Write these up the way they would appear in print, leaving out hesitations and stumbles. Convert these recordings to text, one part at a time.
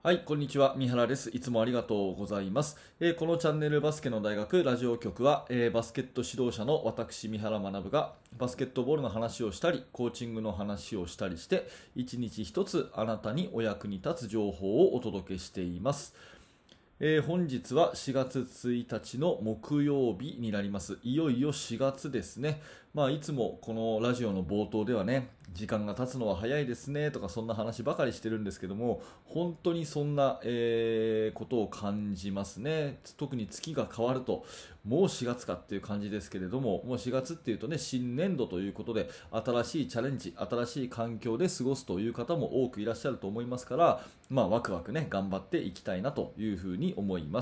はい、こんにちは。三原です。いつもありがとうございます。このチャンネルバスケの大学ラジオ局は、バスケット指導者の私、三原学がバスケットボールの話をしたり、コーチングの話をしたりして、一日一つあなたにお役に立つ情報をお届けしています。本日は4月1日の木曜日になります。いよいよ4月ですね。いつもこのラジオの冒頭ではね、時間が経つのは早いですねとかそんな話ばかりしてるんですけども、本当にそんな、ことを感じますね。特に月が変わると、もう4月かっていう感じですけれども、もう4月っていうとね、新年度ということで、新しいチャレンジ、新しい環境で過ごすという方も多くいらっしゃると思いますから、ワクワクね、頑張っていきたいなというふうに思います。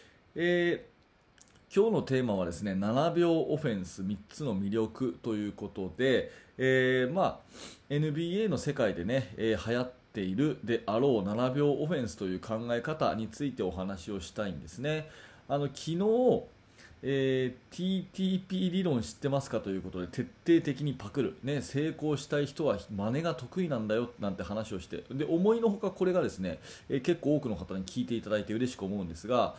今日のテーマはですね、7秒オフェンス3つの魅力ということで、NBA の世界でね、流行っているであろう7秒オフェンスという考え方についてお話をしたいんですね。昨日、TTP 理論知ってますかということで徹底的にパクる、ね、成功したい人は真似が得意なんだよなんて話をしてで思いのほかこれがですね、結構多くの方に聞いていただいて嬉しく思うんですが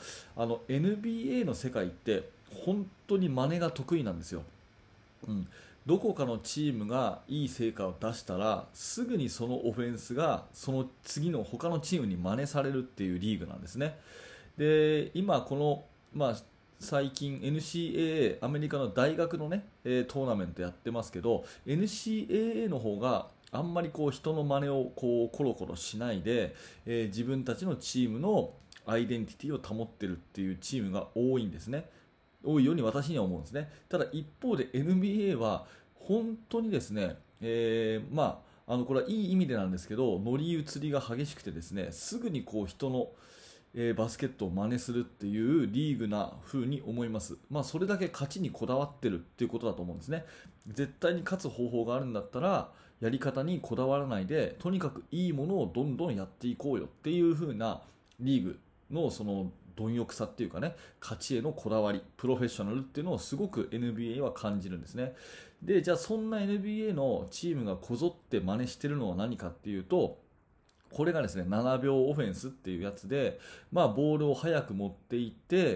NBA の世界って本当に真似が得意なんですよ、どこかのチームがいい成果を出したらすぐにそのオフェンスがその次の他のチームに真似されるっていうリーグなんですね。で今この、最近 NCAA アメリカの大学のね、トーナメントやってますけど NCAA の方があんまりこう人の真似をこうコロコロしないで、自分たちのチームのアイデンティティを保ってるっていうチームが多いんですね。多いように私には思うんですね。ただ一方で NBA は本当にですね、これはいい意味でなんですけど乗り移りが激しくてですねすぐにこう人のバスケットを真似するっていうリーグな風に思います。それだけ勝ちにこだわってるっていうことだと思うんですね。絶対に勝つ方法があるんだったら、やり方にこだわらないで、とにかくいいものをどんどんやっていこうよっていう風なリーグのその貪欲さっていうかね、勝ちへのこだわり、プロフェッショナルっていうのをすごく NBA は感じるんですね。で、じゃあそんな NBA のチームがこぞって真似してるのは何かっていうと、これがですね、7秒オフェンスっていうやつで、ボールを早く持っていって、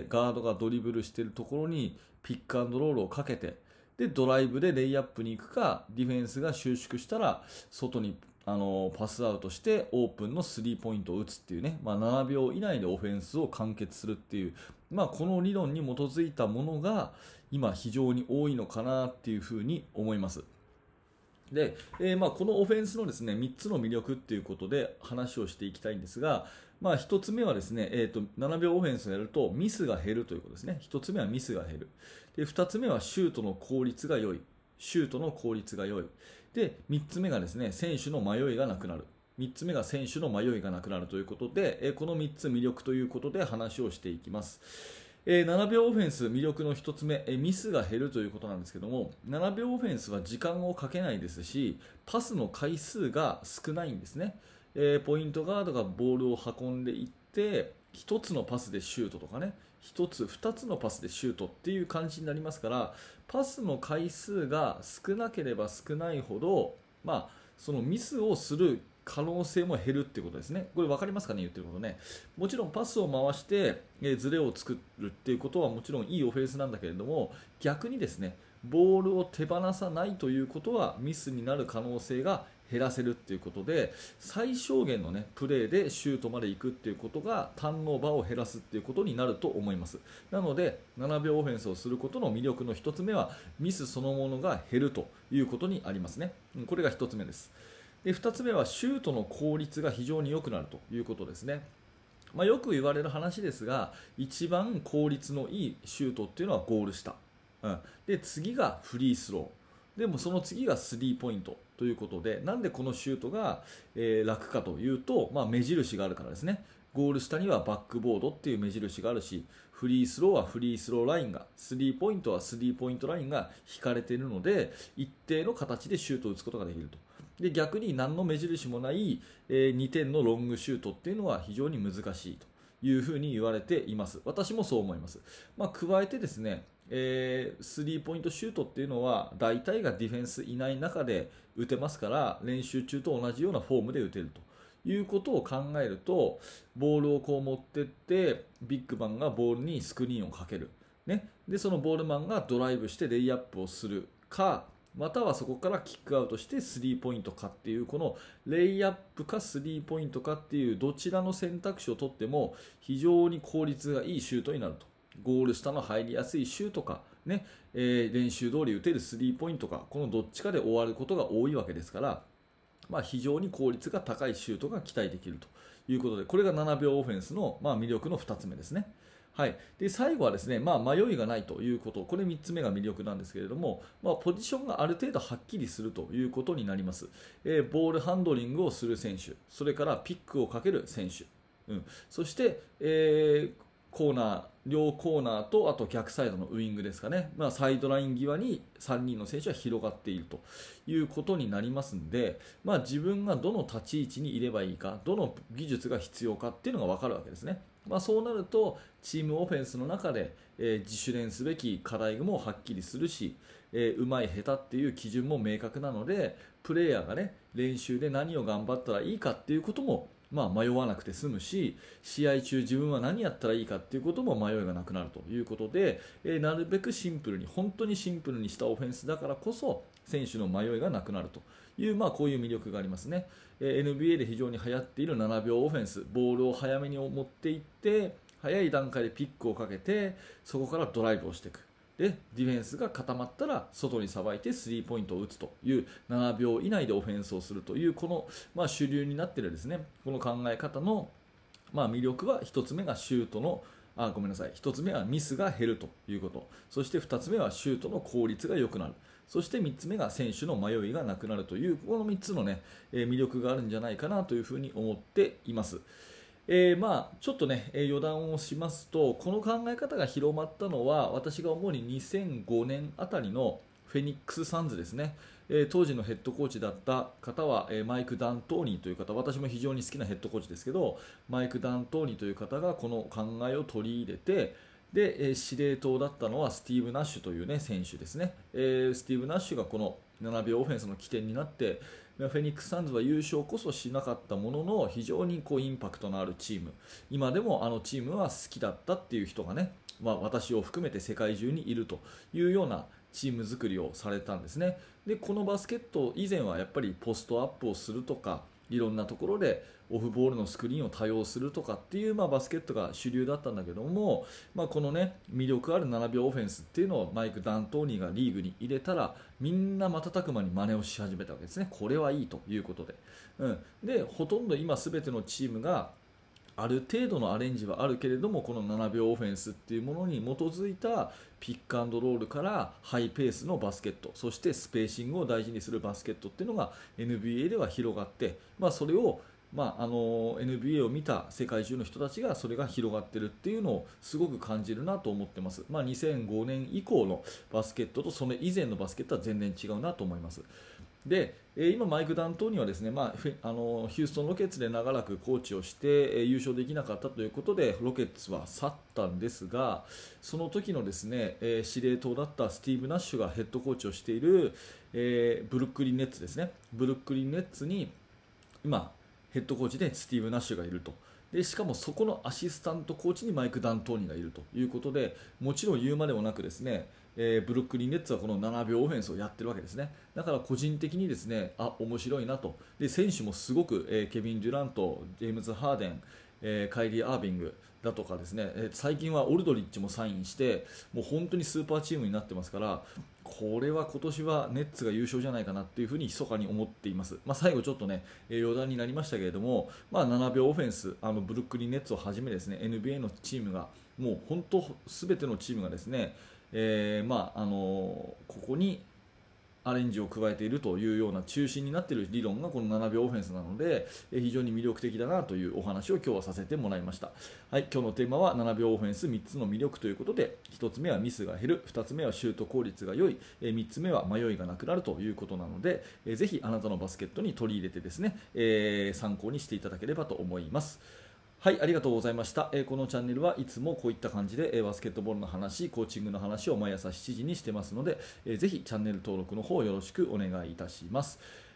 ガードがドリブルしているところにピックアンドロールをかけて、で、ドライブでレイアップに行くか、ディフェンスが収縮したら、外にパスアウトしてオープンのスリーポイントを打つっていうね、7秒以内でオフェンスを完結するっていう、この理論に基づいたものが今非常に多いのかなっていうふうに思います。で、このオフェンスのですね3つの魅力っていうことで話をしていきたいんですが、1つ目はですね、7秒オフェンスをやるとミスが減るということですね。1つ目はミスが減る。で、2つ目はシュートの効率が良い。シュートの効率が良い。で、3つ目がですね、選手の迷いがなくなる。3つ目が選手の迷いがなくなるということで、この3つ魅力ということで話をしていきます。7秒オフェンス魅力の1つ目、ミスが減るということなんですけども、7秒オフェンスは時間をかけないですし、パスの回数が少ないんですね。ポイントガードがボールを運んでいって、1つのパスでシュートとかね、1つ、2つのパスでシュートっていう感じになりますから、パスの回数が少なければ少ないほど、そのミスをする可能性も減るっていうことですね。これ分かりますかね、言ってることね。もちろんパスを回して、ズレを作るっていうことはもちろんいいオフェンスなんだけれども、逆にですね、ボールを手放さないということはミスになる可能性が減らせるっていうことで、最小限のね、プレーでシュートまで行くっていうことがターンオーバーを減らすっていうことになると思います。なので、7秒オフェンスをすることの魅力の1つ目は、ミスそのものが減るということにありますね。これが1つ目です。で、2つ目はシュートの効率が非常に良くなるということですね。よく言われる話ですが、一番効率のいいシュートっていうのはゴール下、で次がフリースロー、でもその次がスリーポイントということで、なんでこのシュートが、楽かというと、目印があるからですね。ゴール下にはバックボードっていう目印があるし、フリースローはフリースローラインが、スリーポイントはスリーポイントラインが引かれているので、一定の形でシュートを打つことができると。で、逆に何の目印もない、2点のロングシュートっていうのは非常に難しいというふうに言われています。私もそう思います。加えてですね、スリーポイントシュートっていうのは大体がディフェンスいない中で打てますから、練習中と同じようなフォームで打てるということを考えると、ボールをこう持ってってビッグマンがボールにスクリーンをかける、ね、でそのボールマンがドライブしてレイアップをするか、またはそこからキックアウトしてスリーポイントかっていう、このレイアップかスリーポイントかっていうどちらの選択肢を取っても非常に効率がいいシュートになると。ゴール下の入りやすいシュートか、ね練習通り打てるスリーポイントか、このどっちかで終わることが多いわけですから、非常に効率が高いシュートが期待できるということで、これが7秒オフェンスの魅力の2つ目ですね。はい、で最後はですね、迷いがないということ、これ3つ目が魅力なんですけれども、ポジションがある程度はっきりするということになります。ボールハンドリングをする選手、それからピックをかける選手、そして、コーナー、両コーナーとあと逆サイドのウイングですかね、サイドライン際に3人の選手は広がっているということになりますので、自分がどの立ち位置にいればいいか、どの技術が必要かっていうのが分かるわけですね。そうなるとチームオフェンスの中で、自主練すべき課題もはっきりするし、うまい下手っていう基準も明確なので、プレイヤーが、練習で何を頑張ったらいいかっていうことも迷わなくて済むし、試合中自分は何やったらいいかっていうことも迷いがなくなるということで、なるべくシンプルに、本当にシンプルにしたオフェンスだからこそ選手の迷いがなくなるという、こういう魅力がありますね。NBA で非常に流行っている7秒オフェンス、ボールを早めに持っていって早い段階でピックをかけて、そこからドライブをしていく。でディフェンスが固まったら外にさばいてスリーポイントを打つという7秒以内でオフェンスをするという、この、主流になっているですね、この考え方の、魅力は1つ目がシュートの1つ目はミスが減るということ、そして2つ目はシュートの効率が良くなる、そして3つ目が選手の迷いがなくなるという、この3つの、魅力があるんじゃないかなというふうに思っています。ちょっとね、余談をしますと、この考え方が広まったのは私が主に2005年あたりのフェニックスサンズですね。当時のヘッドコーチだった方は、マイク・ダントーニーという方、私も非常に好きなヘッドコーチですけど、マイク・ダントーニーという方がこの考えを取り入れて、で司令塔だったのはスティーブ・ナッシュという、選手ですね。スティーブ・ナッシュがこの7秒オフェンスの起点になって、フェニックスサンズは優勝こそしなかったものの、非常にインパクトのあるチーム、今でもあのチームは好きだったっていう人がね、私を含めて世界中にいるというようなチーム作りをされたんですね。でこのバスケット以前はやっぱりポストアップをするとか、いろんなところでオフボールのスクリーンを多用するとかっていう、バスケットが主流だったんだけども、このね魅力ある7秒オフェンスっていうのをマイク・ダントーニーがリーグに入れたら、みんな瞬く間に真似をし始めたわけですね。これはいいということで、でほとんど今全てのチームがある程度のアレンジはあるけれども、この7秒オフェンスっていうものに基づいたピックアンドロールからハイペースのバスケット、そしてスペーシングを大事にするバスケットっていうのが NBA では広がって、それをNBA を見た世界中の人たちがそれが広がっているっていうのをすごく感じるなと思ってます。2005年以降のバスケットとそれ以前のバスケットは全然違うなと思います。で今、マイク・ダントーニはですね、ヒューストン・ロケッツで長らくコーチをして優勝できなかったということでロケッツは去ったんですが、その時のですね司令塔だったスティーブ・ナッシュがヘッドコーチをしているブルックリン・ネッツですね、ブルックリン・ネッツに今ヘッドコーチでスティーブ・ナッシュがいると。でしかもそこのアシスタントコーチにマイク・ダントーニがいるということで、もちろん言うまでもなくですね、ブルックリン・ネッツはこの7秒オフェンスをやってるわけですね。だから個人的にですね、面白いなと。で選手もすごく、ケビン・デュラント、ジェームズ・ハーデン、カイリー・アービングだとかですね、最近はオルドリッチもサインして、もう本当にスーパーチームになってますから、これは今年はネッツが優勝じゃないかなというふうに密かに思っています。最後ちょっとね余談になりましたけれども、7秒オフェンス、ブルックリン・ネッツをはじめですね NBA のチームがもう本当全てのチームがですね、ここにアレンジを加えているというような中心になっている理論がこの7秒オフェンスなので、非常に魅力的だなというお話を今日はさせてもらいました。はい、今日のテーマは7秒オフェンス3つの魅力ということで、1つ目はミスが減る、2つ目はシュート効率が良い、3つ目は迷いがなくなるということなので、ぜひあなたのバスケットに取り入れてですね、参考にしていただければと思います。はい、ありがとうございました。このチャンネルはいつもこういった感じでバスケットボールの話、コーチングの話を毎朝7時にしてますので、ぜひチャンネル登録の方よろしくお願いいたします。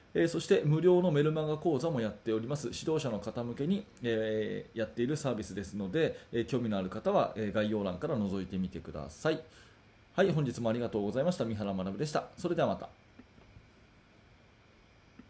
そして無料のメルマガ講座もやっております。指導者の方向けに、やっているサービスですので、興味のある方は、概要欄から覗いてみてください。はい、本日もありがとうございました。三原学でした。それではまた。